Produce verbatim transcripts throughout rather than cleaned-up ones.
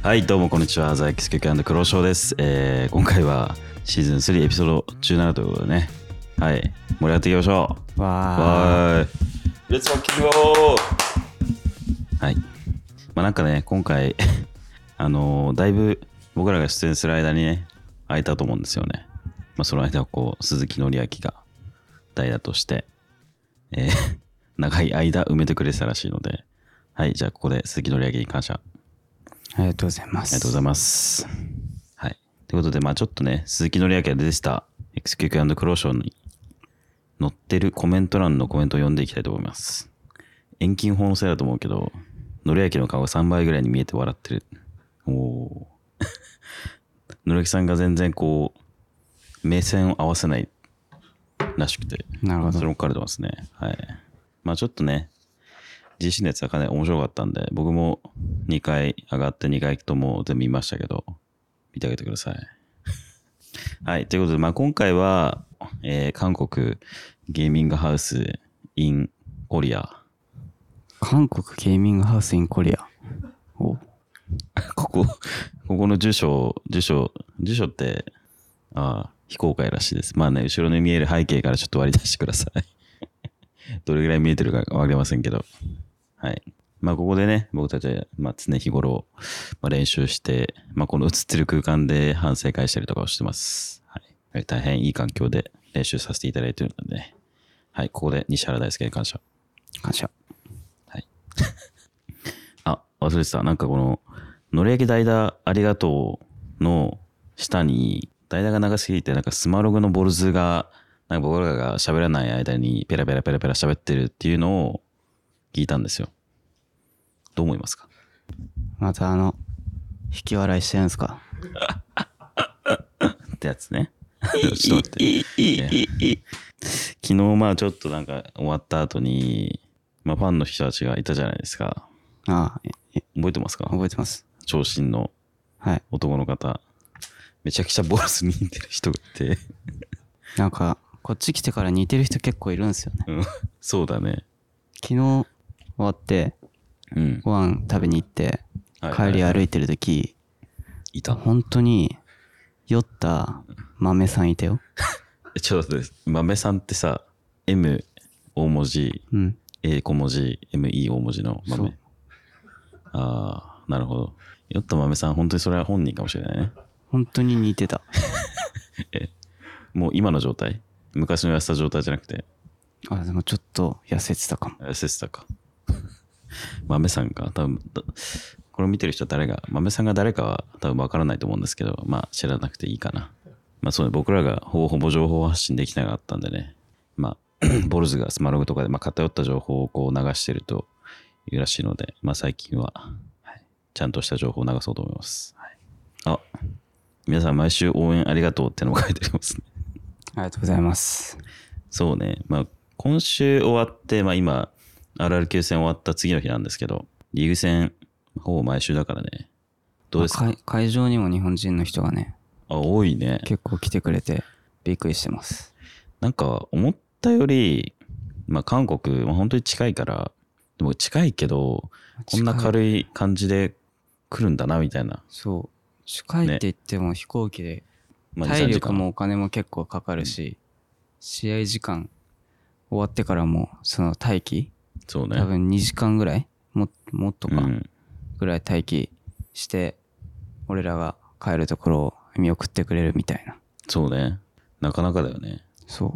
はいどうもこんにちは、ザエキスケク&クローショーです、えー、今回はシーズンスリーエピソードじゅうななということでね、はい盛り上がっていきましょう。 わーいレッツロッキング。はい、まあなんかね今回あのー、だいぶ僕らが出演する間にね空いたと思うんですよね。まあその間をこう鈴木紀明が代打として、えー、長い間埋めてくれてたらしいので、はいじゃあここで鈴木紀明に感謝ありがとうございます。 ありがとうございます。はい。ということで、まあちょっとね、鈴木紀明が出てきたエクスキューク&クローショーに載ってるコメント欄のコメントを読んでいきたいと思います。遠近法のせいだと思うけど、紀明の顔がさんばいぐらいに見えて笑ってる。おお。紀明さんが全然こう、目線を合わせないらしくて。 なるほど。 それも書かれてますね。はい。まあちょっとね、ジーシー のやつはかなり面白かったんで、僕もにかい上がってにかいとも全部見ましたけど、見てあげてください。はい。ということで、まあ今回は、えー、韓国ゲーミングハウス in コリア。 韓国ゲーミングハウス in コリア。おここ、ここの住所、住所、住所って、ああ、非公開らしいです。まあね、後ろに見える背景からちょっと割り出してください。どれぐらい見えてるかわかりませんけど。はい。まあここでね、僕たちは、まあ、常日頃、まあ、練習して、まあこの映ってる空間で反省会したりとかをしてます。はい。大変いい環境で練習させていただいているので、ね、はい。ここで西原大輔に感謝。 感謝。 はい。あ、忘れてた。なんかこの、のりやき代打ありがとうの下に、代打が長すぎて、なんかスマログのボルズが、なんか僕らが喋らない間にペラペラペラペラ喋ってるっていうのを聞いたんですよ。どう思いますか？ またあの、引き笑いしてるんですか？ ってやつね。ちょっと待って。昨日まあちょっとなんか終わった後に、まあファンの人たちがいたじゃないですか。 ああ、 覚えてますか？ 覚えてます。 長身の男の方。はい、めちゃくちゃボルスに似てる人がいて。 なんか、こっち来てから似てる人結構いるんですよね。 うん、そうだね。 昨日終わって、うん、ご飯食べに行って、帰り歩いてるとき、いた。本当に酔った豆さんいたよ。 ちょっと待って、豆さんってさ、M 大文字、うん、A 小文字、エムイー 大文字の豆。ああ、なるほど。酔った豆さん、本当にそれは本人かもしれないね。 本当に似てた。 え、もう今の状態？昔の痩せた状態じゃなくて。 あ、でもちょっと痩せてたかも。 痩せてたか。豆さんか。多分、これを見てる人は誰が、豆さんが誰かは多分わからないと思うんですけど、まあ知らなくていいかな。まあそうね、僕らがほぼほぼ情報発信できなかったんでね。まあ、ボルズがスマログとかでまあ偏った情報をこう流してるというらしいので、まあ最近は、はい、ちゃんとした情報を流そうと思います。はい、あ、皆さん毎週応援ありがとうってのも書いてありますね。 ありがとうございます。そうね、まあ今週終わって、まあ今、アールアール 級戦終わった次の日なんですけど、リーグ戦ほぼ毎週だからね。どうですか？ 会場にも日本人の人がね、 あ、多いね。 結構来てくれてびっくりしてます。 なんか思ったより、まあ韓国、まあ、本当に近いから、でも近いけど、こんな軽い感じで来るんだなみたいな。 そう。近いって言っても飛行機で、体力もお金も結構かかるし、試合時間終わってからもその待機、 そうね。 多分にじかんぐらいも、もっとかぐらい待機して、俺らが帰るところを見送ってくれるみたいな。 そうね。なかなかだよね。 そう。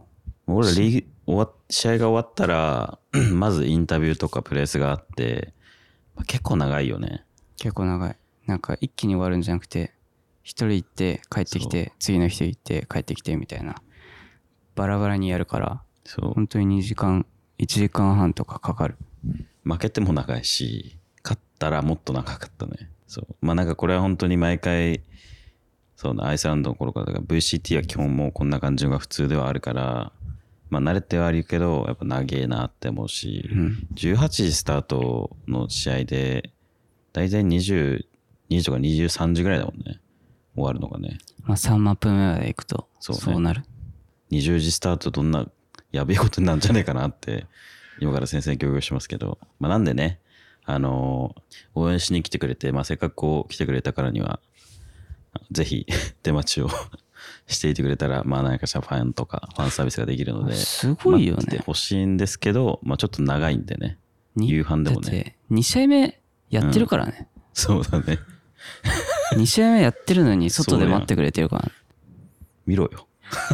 俺らリーグ終わ試合が終わったらまずインタビューとかプレースがあって、まあ、結構長いよね。 結構長い。なんか一気に終わるんじゃなくて、一人行って帰ってきて、次の人行って帰ってきてみたいな。バラバラにやるから、そう本当ににじかん、いちじかんはんとかかかる。 負けても長いし、勝ったらもっと長かったね。そう。まあなんかこれは本当に毎回、そうな、アイスランドの頃からだから ブイシーティー は基本もうこんな感じが普通ではあるから、まあ慣れてはあるけど、やっぱ長えなって思うし、うん、じゅうはちじスタートの試合で、だいたいにじゅうにじとかにじゅうさんじぐらいだもんね。終わるのがね。 まあさんマップ目まで行くと、そうね、そうなる。 にじゅうじスタートどんなやべえことになるんじゃねえかなって、今から先生に協力しますけど、まあなんでね、 あの応援しに来てくれて、まあ、せっかくこう来てくれたからにはぜひ出待ちをしていてくれたら、まあ何かしらファンとかファンサービスができるので、 すごいよね。 待ってほしいんですけど、まあちょっと長いんでね。夕飯でもね。 だってに試合目やってるからね。 うん、そうだね。 に試合目やってるのに外で待ってくれてるから、ね、 見ろよ。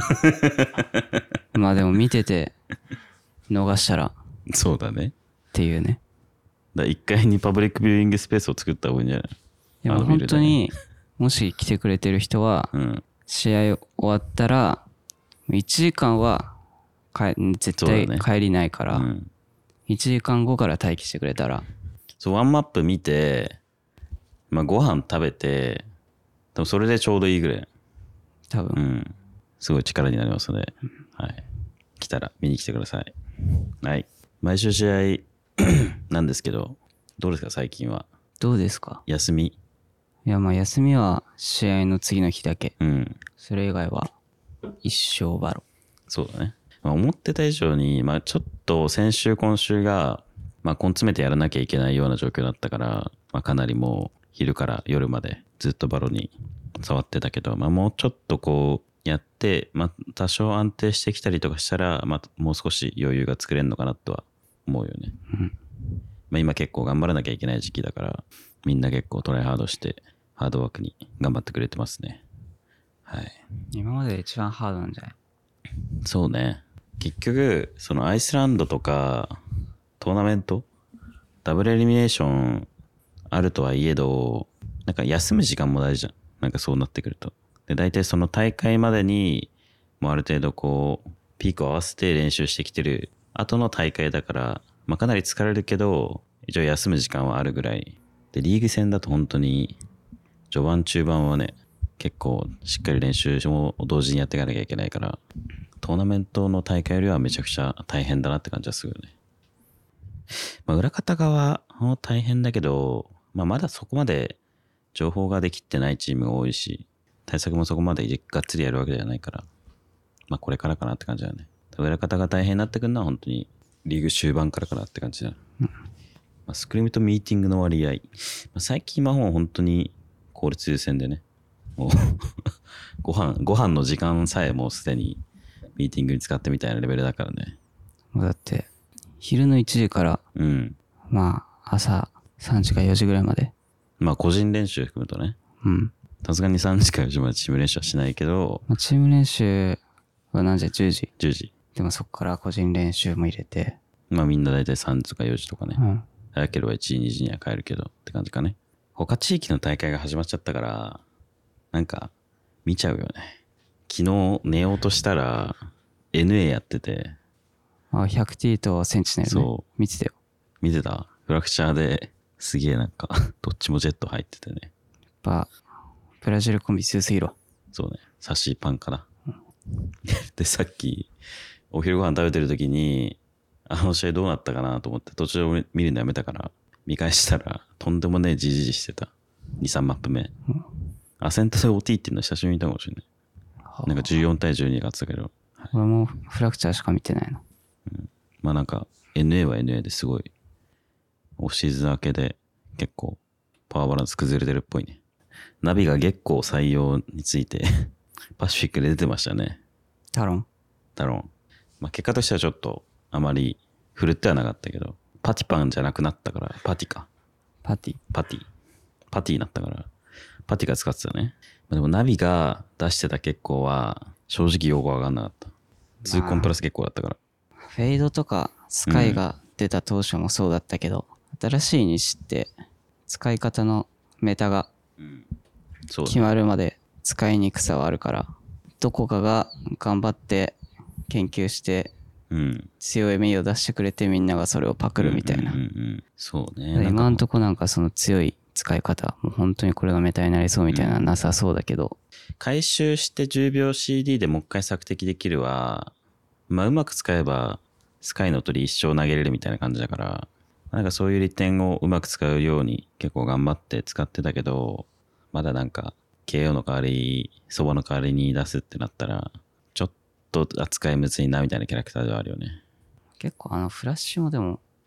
まあでも見てて逃したら。 そうだね。 っていうね。 だいっかいにパブリックビューイングスペースを作った方がいいんじゃない？ いや本当にもし来てくれてる人は、うん、試合終わったらいちじかんはか絶対帰りないから、ね、うん、いちじかんごから待機してくれたら、 そうワンマップ見て、まあ、ご飯食べて多分それでちょうどいいぐらい多分、 うん、すごい力になりますので、うん、はい、来たら見に来てください。はい、毎週試合なんですけど、どうですか最近は？ どうですか？ 休み？ いやまあ休みは試合の次の日だけ、 うん、 それ以外は一生バロ。 そうだね、まあ、思ってた以上に、まあ、ちょっと先週今週が、まあ、根詰めてやらなきゃいけないような状況だったから、まあ、かなりもう昼から夜までずっとバロに触ってたけど、まあ、もうちょっとこうやって、まあ、多少安定してきたりとかしたら、まあ、もう少し余裕が作れるのかなとは思うよね、うん、まあ、今結構頑張らなきゃいけない時期だからみんな結構トライハードしてハードワークに頑張ってくれてますね。はい。 今までで一番ハードなんじゃない？ そうね。結局そのアイスランドとかトーナメントダブルエリミネーションあるとはいえど、なんか休む時間も大事じゃん。なんかそうなってくると。で大体その大会までにもうある程度こうピークを合わせて練習してきてる後の大会だから、まあ、かなり疲れるけど一応休む時間はあるぐらいで、リーグ戦だと本当に序盤中盤はね結構しっかり練習も同時にやっていかなきゃいけないから、トーナメントの大会よりはめちゃくちゃ大変だなって感じはするよね。まあ、裏方側も大変だけど、まあ、まだそこまで情報ができてないチームが多いし、対策もそこまでがっつりやるわけではないから、まあこれからかなって感じだよね。裏方が大変になってくるのは本当にリーグ終盤からかなって感じだ。うん、まあ、スクリームとミーティングの割合、まあ、最近はもう本当に効率優先でね、もうご飯ご飯の時間さえもうすでにミーティングに使ってみたいなレベルだからね。 もうだって昼のいちじから、うん、まあ朝さんじかよじぐらいまで、 まあ個人練習含むとね、うん、さすがにさんじかよじまでチーム練習はしないけど、 まあ、チーム練習は何時？じゅうじ。 じゅうじ。 でもそっから個人練習も入れて、 まあみんな大体さんじとかよじとかね、うん、早ければいちじにじには帰るけどって感じかね。他地域の大会が始まっちゃったからなんか見ちゃうよね。昨日寝ようとしたら エヌエー やってて、 あ ひゃくティー とセンチネルね。そう見てたよ。 見てた。フラクチャーですげえなんかどっちもジェット入っててね。 やっぱブラジルコンビ強すぎろ。 そうね、サシパンかな、うん、でさっきお昼ご飯食べてる時にあの試合どうなったかなと思って途中見るのやめたから見返したらとんでもねえジジジしてた。にさんマップ目、うん、アセントで オーティー っていうの久しぶりに見たかもしれない。なんかじゅうよんたいじゅうにが勝ってたけど、 はい、俺もフラクチャーしか見てないの、 うん、まあなんか エヌエー は エヌエー ですごいオフシーズン明けで結構パワーバランス崩れてるっぽいね。ナビが月光採用についてパシフィックで出てましたね。 タロンタロン。まあ結果としてはちょっとあまり振るってはなかったけど、パティパンじゃなくなったからパティか。 パティパティ。パティになったからパティが使ってたね。まあ、でもナビが出してた月光は正直よくわかんなかった。ツーコンプラス月光だったから。 フェイドとかスカイが出た当初もそうだったけど、うん、新しいにして使い方のメタが決まるまで使いにくさはあるから、どこかが頑張って研究して強いメイを出してくれてみんながそれをパクるみたいな、うんうんうんうん、 そうね。 今んとこなんかその強い使い方もう本当にこれがメタになりそうみたいななさそうだけど、 うん、回収してじゅうびょう シーディー でもう一回索敵できるはまあうまく使えばスカイの鳥一生投げれるみたいな感じだから、なんかそういう利点をうまく使うように結構頑張って使ってたけど、まだなんか ケーオー の代わりそばの代わりに出すってなったらちょっと扱いむずいなみたいなキャラクターではあるよね。 結構あのフラッシュもでも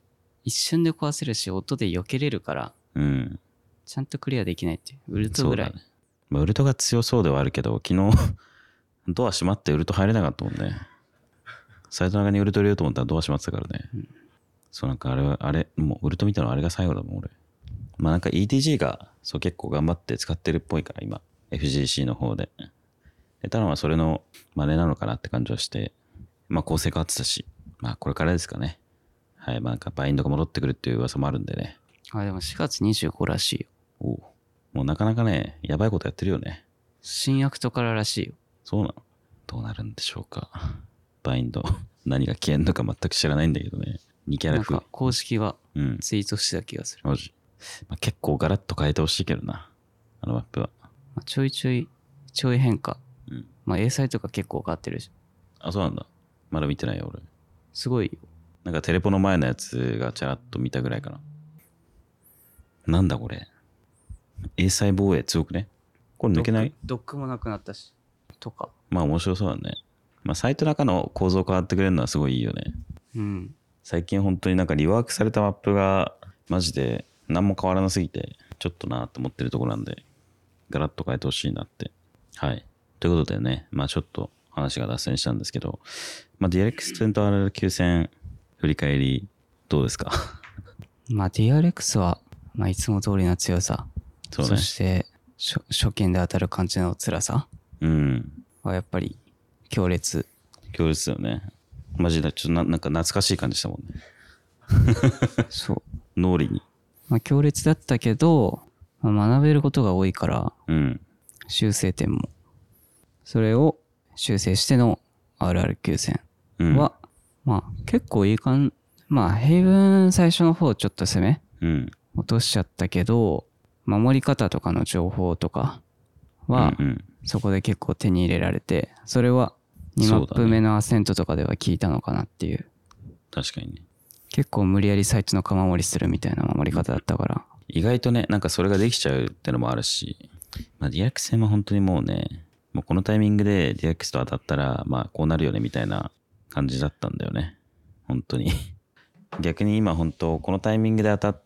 一瞬で壊せるし音で避けれるからうんちゃんとクリアできないっていう。ウルトぐらい、 そうだね、まあ、ウルトが強そうではあるけど、昨日ドア閉まってウルト入れなかったもんね。サイト中にウルト入れようと思ったらドア閉まってたからね、うん、そうなんかあれはあれもうウルト見たのあれが最後だもん俺。まあなんか イーティージー がそう結構頑張って使ってるっぽいから今 エフジーシー の方ででただまあそれの真似なのかなって感じはして、まあ構成変わってたし、まあこれからですかね。はい、まあなんかバインドが戻ってくるっていう噂もあるんでね。 あ、でもしがつにじゅうごらしいよ。 おう、もうなかなかねやばいことやってるよね。 新アクトかららしいよ。 そうなの。どうなるんでしょうか。バインド何が消えんのか全く知らないんだけどね。にキャラフなんか公式はうんツイートしてた気がする。 マジ、まあ、結構ガラッと変えてほしいけどな、あのマップは。 まあ、ちょいちょいちょい変化。 うん。 まあ エー サイとか結構変わってるし。 あ、そうなんだ。まだ見てないよ俺。 すごいよ。 なんかテレポの前のやつがチャラッと見たぐらいかな。なんだこれ。英才防衛強くね。これ抜けない？ ドックもなくなったし。とか。 まあ面白そうだね。まあサイトの中の構造変わってくれるのはすごいいいよね。 うん。 最近本当になんかリワークされたマップがマジで何も変わらなすぎてちょっとなと思ってるところなんで、ガラッと変えてほしいなって。はい。ということでね、まあちょっと話が脱線したんですけど、まあ ディーアールエックス と アールアールきゅう戦振り返りどうですか？ まあ ディーアールエックス は、まあいつも通りの強さ。 そうね。 そして初、初見で当たる感じの辛さ。 うん。 はやっぱり強烈。 強烈だよね。マジでちょっとな、なんか懐かしい感じしたもんね。 そう。 脳裏に。 まあ強烈だったけど、まあ、学べることが多いから、 うん。 修正点も。それを修正しての アールアールきゅう 戦は、うん、まあ結構いい感じ。まあヘイブン最初の方ちょっと攻め、うん、落としちゃったけど、守り方とかの情報とかは、うんうん、そこで結構手に入れられて、それはにマップ目のアセントとかでは効いたのかなっていう。 確かにね。結構無理やりサイトの鎌守りするみたいな守り方だったから。 意外とね、なんかそれができちゃうってのもあるし、まあ ディーアールエックス 戦は本当にもうね、もうこのタイミングで ディーアールエックス と当たったら、まあこうなるよねみたいな感じだったんだよね。本当に。逆に今本当このタイミングで当たって、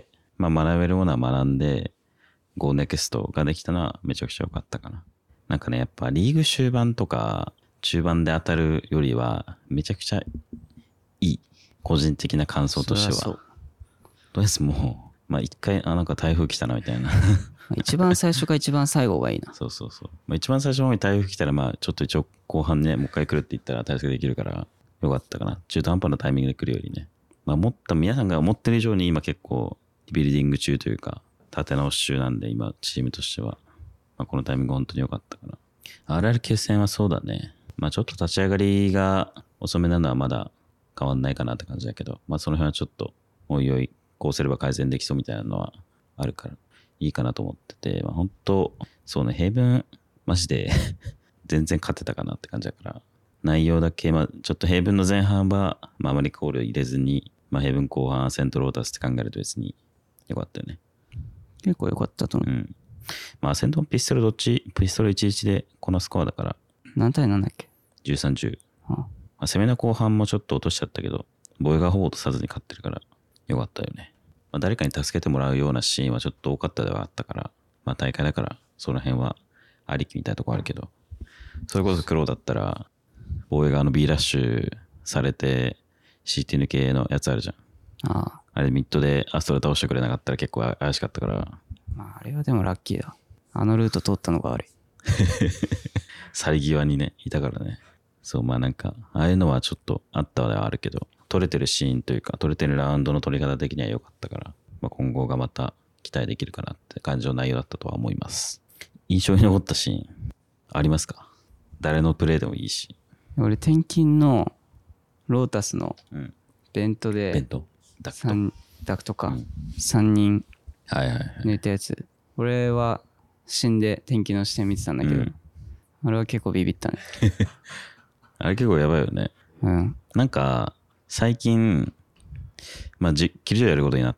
まあ学べるものは学んで、Go Next ができたのはめちゃくちゃ良かったかな。なんかね、やっぱリーグ終盤とか中盤で当たるよりはめちゃくちゃいい。個人的な感想としては。そう。とりあえずもう、まあ一回、あ、なんか台風来たなみたいな。 一番最初か一番最後がいいな。 そうそうそう。まあ、一番最初の方に台風来たら、まあちょっと一応後半ね、もう一回来るって言ったら対策できるからよかったかな。中途半端なタイミングで来るよりね。まあ思った、皆さんが思ってる以上に今結構ビルディング中というか、立て直し中なんで今チームとしては、まあ、このタイミング本当に良かったかな。アールアールきゅう 戦はそうだね。まあちょっと立ち上がりが遅めなのはまだ変わんないかなって感じだけど、まあその辺はちょっとおいおいこうすれば改善できそうみたいなのはあるからいいかなと思ってて、まあ本当そうね、平分マジで全然勝てたかなって感じだから、内容だけ、まあちょっと平分の前半は、まああまりコール入れずに、まあ平分後半セントロータスって考えると別に良かったよね。 結構良かったと思う。 うん。まあセントもピストルどっち、ピストルいちいちでこのスコアだから。 何対何だっけ ? じゅうさんじゅう。 はあ、 まあ、攻めの後半もちょっと落としちゃったけど、防衛がほぼ落とさずに勝ってるからよかったよね。まあ、誰かに助けてもらうようなシーンはちょっと多かったではあったから、まあ大会だからその辺はありきみたいなとこあるけど、それこそ黒だったら防衛側の B ラッシュされて シーティー 抜けのやつあるじゃん。 ああ。 あれミッドでアストラ倒してくれなかったら結構怪しかったから。 まああれはでもラッキーだ。あのルート通ったのが悪い。 去り際にね、いたからね。そう、まあなんか、ああいうのはちょっとあったではあるけど、取れてるシーンというか、取れてるラウンドの取り方的には良かったから、まあ、今後がまた期待できるかなって感じの内容だったとは思います。印象に残ったシーン、ありますか？誰のプレーでもいいし。 俺、転勤のロータスのベントで、 ベントダクトダクトか、うん、さんにん抜いたやつ。 はいはいはい、 俺は死んで転勤の視点見てたんだけど、うん、あれは結構ビビったね。 あれ結構やばいよね。 うん。 なんか、最近、まあ、じキルジョーやることになって、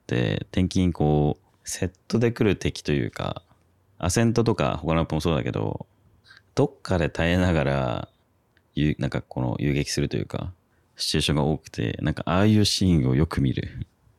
転勤こう、セットで来る敵というか、アセントとか他のアップもそうだけど、どっかで耐えながら、なんかこの遊撃するというか、シチュエーションが多くて、なんかああいうシーンをよく見る。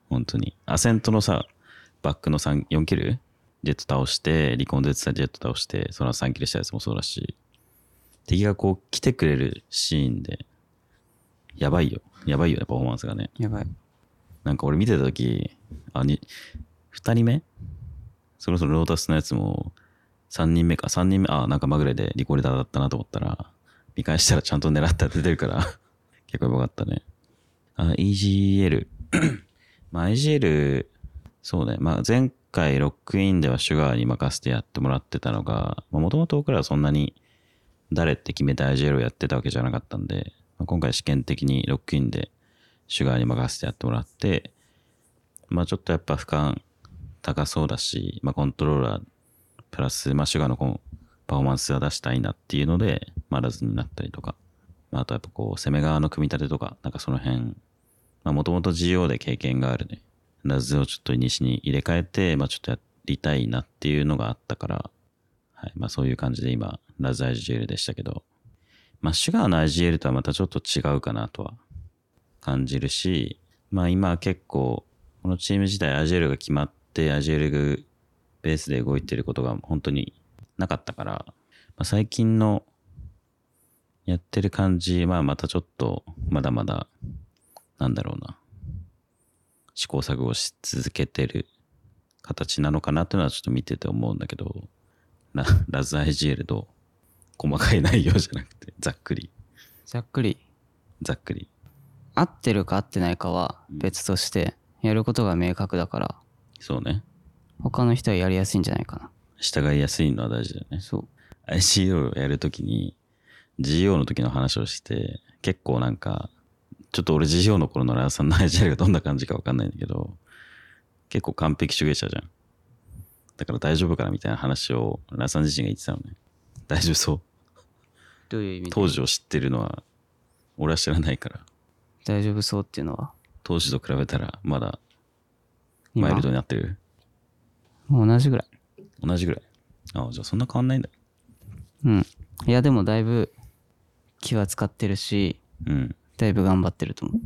本当に。アセントのさ、バックのさん、よんキルジェット倒して、リコンで出てたジェット倒して、そのさんキルしたやつもそうだし、敵がこう来てくれるシーンで、やばいよ。やばいよね、パフォーマンスがね。 やばい。 なんか俺見てたとき、あ、に、二人目そろそろロータスのやつも、三人目か、三人目、あ、なんかまぐれでリコレーターだったなと思ったら、見返したらちゃんと狙って当ててるから、結構やばかったね。あ、イージーエル。まあ、イージーエル、そうね。まあ、前回ロックインではシュガーに任せてやってもらってたのが、もともと僕らはそんなに誰って決めた アイジーエル をやってたわけじゃなかったんで、まあ、今回試験的にロックインでシュガーに任せてやってもらって、まあちょっとやっぱ負荷高そうだし、まあコントローラープラス、まあシュガーのこのパフォーマンスは出したいなっていうので、まあラズになったりとか、まああとやっぱこう攻め側の組み立てとか、なんかその辺、まあもともと ジーオー で経験があるね、ラズをちょっと西に入れ替えて、まあちょっとやりたいなっていうのがあったから、はい、まあそういう感じで今、ラズ アイジーエル でしたけど、まあシュガーの アイジーエル とはまたちょっと違うかなとは感じるし、まあ今結構、このチーム自体 アイジーエル が決まって、アイジーエル がベースで動いてることが本当になかったから、まあ、最近のやってる感じ、まあまたちょっと、まだまだ、なんだろうな、試行錯誤し続けてる形なのかなっていうのはちょっと見てて思うんだけど、ラ, ラズ アイジーエル と細かい内容じゃなくて、ざっくり。 ざっくり。 ざっくり。 合ってるか合ってないかは別として、やることが明確だから、 そうね。 他の人はやりやすいんじゃないかな。 従いやすいのは大事だよね。 そう。 アイジーオー をやるときに、ジーオー の時の話をして、結構なんか、ちょっと俺 ジーオー の頃のラーさんの アイジーエル がどんな感じかわかんないんだけど、結構完璧主義者じゃん。だから大丈夫かなみたいな話をラーさん自身が言ってたのね。大丈夫そう。 どういう意味で？ 当時を知ってるのは、俺は知らないから。 大丈夫そうっていうのは当時と比べたらまだマイルドになってる？ もう同じぐらい。 同じぐらい。ああ、じゃあそんな変わんないんだ。 うん。いやでもだいぶ気は使ってるし、 うん。 だいぶ頑張ってると思う。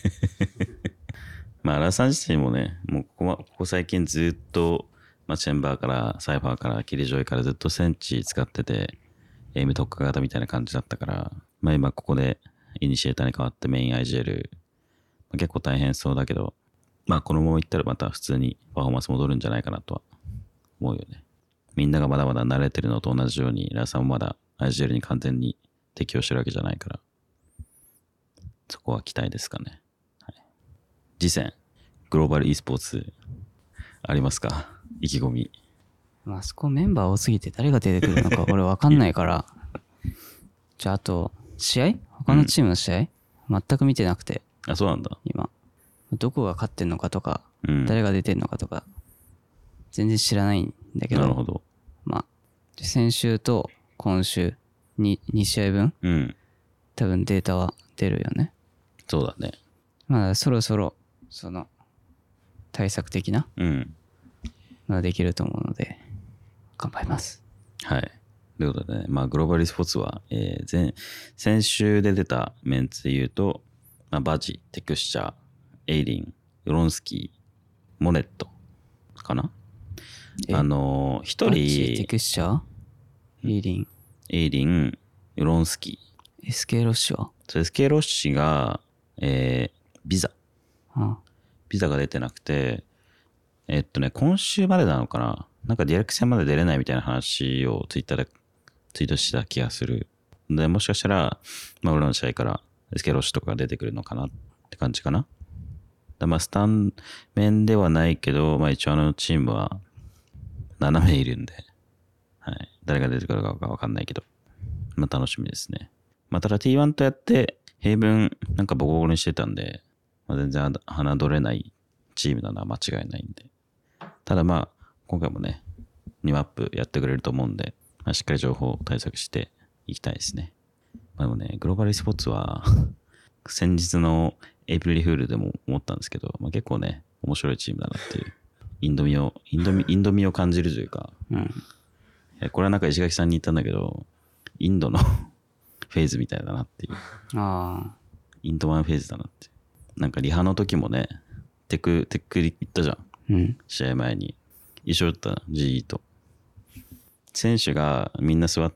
まあラーさん自身もね、もうここ、ここ最近ずっと、まあ、チェンバーからサイファーからキリジョイからずっとセンチ使ってて、エイム特化型みたいな感じだったから、まあ今ここでイニシエーターに変わってメイン アイジーエル、まあ、結構大変そうだけど、まあこのままいったらまた普通にパフォーマンス戻るんじゃないかなとは思うよね。みんながまだまだ慣れてるのと同じように、ラーさんもまだ アイジーエル に完全に適応してるわけじゃないから、そこは期待ですかね。はい、次戦、グローバル e スポーツありますか？意気込み。 まあそこメンバー多すぎて誰が出てくるのか俺わかんないから。じゃああと、試合他のチームの試合、うん、全く見てなくて。 あ、そうなんだ。 今。どこが勝ってんのかとか、 うん、 誰が出てんのかとか、全然知らないんだけど。 なるほど。 まあ、先週と今週にに試合分、 うん、 多分データは出るよね。 そうだね。 まあそろそろ、その、対策的なうんのができると思うので、頑張ります。 はい。ということでね、まあ、グローバル e スポーツは、えー、前、先週で出たメンツで言うと、まあ、バジ、テクスチャー、エイリン、ヨロンスキー、モネットかな。あのー、一人、 テクスチャー、エイリン、 エイリン、ヨロンスキー、エスケー ロッシュはエスケー ロッシュが、えー、ビザ。 ああビザが出てなくて、えっとね、今週までなのかな。なんかディレク戦まで出れないみたいな話をツイッターでツイートした気がする。で、もしかしたら、まあ俺らの試合からエスケーロッシュとかが出てくるのかなって感じかな。だまあスタンメンではないけど、まあ一応あのチームはななめいいるんで、はい。誰が出てくるかわかんないけど、まあ楽しみですね。まあただ ティーワン とやって、平分なんかボコボコにしてたんで、まあ、全然侮れないチームなのは間違いないんで。ただまあ、今回もね、にマップやってくれると思うんで、まあ、しっかり情報対策していきたいですね。まあ、でもね、グローバル e スポーツは、先日のエイプリルフールでも思ったんですけど、まあ、結構ね、面白いチームだなっていう、インド味を、インド味、インド味を感じるというか、 うん、 これはなんか石垣さんに言ったんだけど、インドのフェーズみたいだなっていう。 ああ。 インドワンフェーズだなっていう。なんかリハの時もね、 テク、テック行ったじゃん。 うん。 試合前に。一緒だった ジーイー と。選手がみんな座って、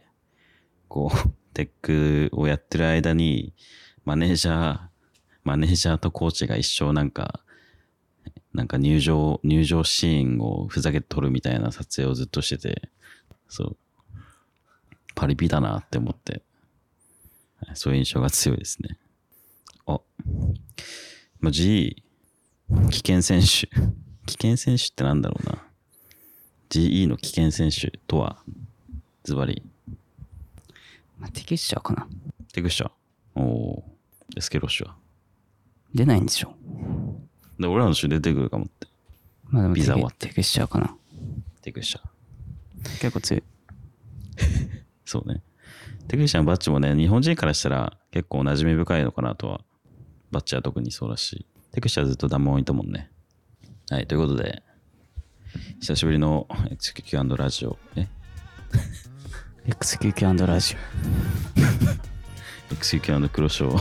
こう、テックをやってる間に、マネージャー、マネージャーとコーチが一生なんか、なんか入場、入場シーンをふざけて撮るみたいな撮影をずっとしてて、そう。パリピだなって思って、そういう印象が強いですね。あ、まあ、G、危険選手。危険選手ってなんだろうな。ジーイー の危険選手とは、ズバリ。 まあ、テクスチャーかな。 テクスチャー。おー。スケロッシュは。 出ないんでしょ。 で、俺らの人出てくるかもって。 まあでもビザ終わってテクスチャーかな。 テクスチャー。 結構強い。 そうね。テクスチャーのバッジもね、日本人からしたら結構馴染み深いのかなとは。バッジは特にそうだし。テクスチャーずっとダム置いたもんね。はい、ということで、久しぶりの エックスキューキュー ラジオ。えエックスキューキュー ラジオ。 エックスキューキュー 黒潮。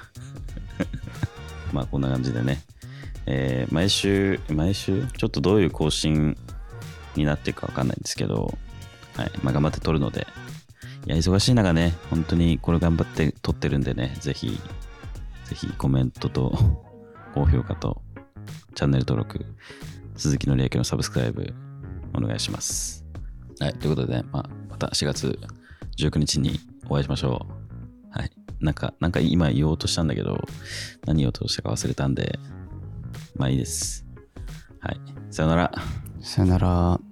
まあこんな感じでね。えー、毎週、毎週、ちょっとどういう更新になっていくかわかんないんですけど、はい、まあ頑張って撮るので、いや、忙しい中ね、本当にこれ頑張って撮ってるんでね、ぜひ、ぜひコメントと高評価とチャンネル登録、鈴木のりあきのサブスクライブお願いします。はい、ということでね、まあ、またしがつじゅうくにちにお会いしましょう。はい、なんか、なんか今言おうとしたんだけど、何言おうとしたか忘れたんで、まあいいです。はい、さよなら。 さよなら。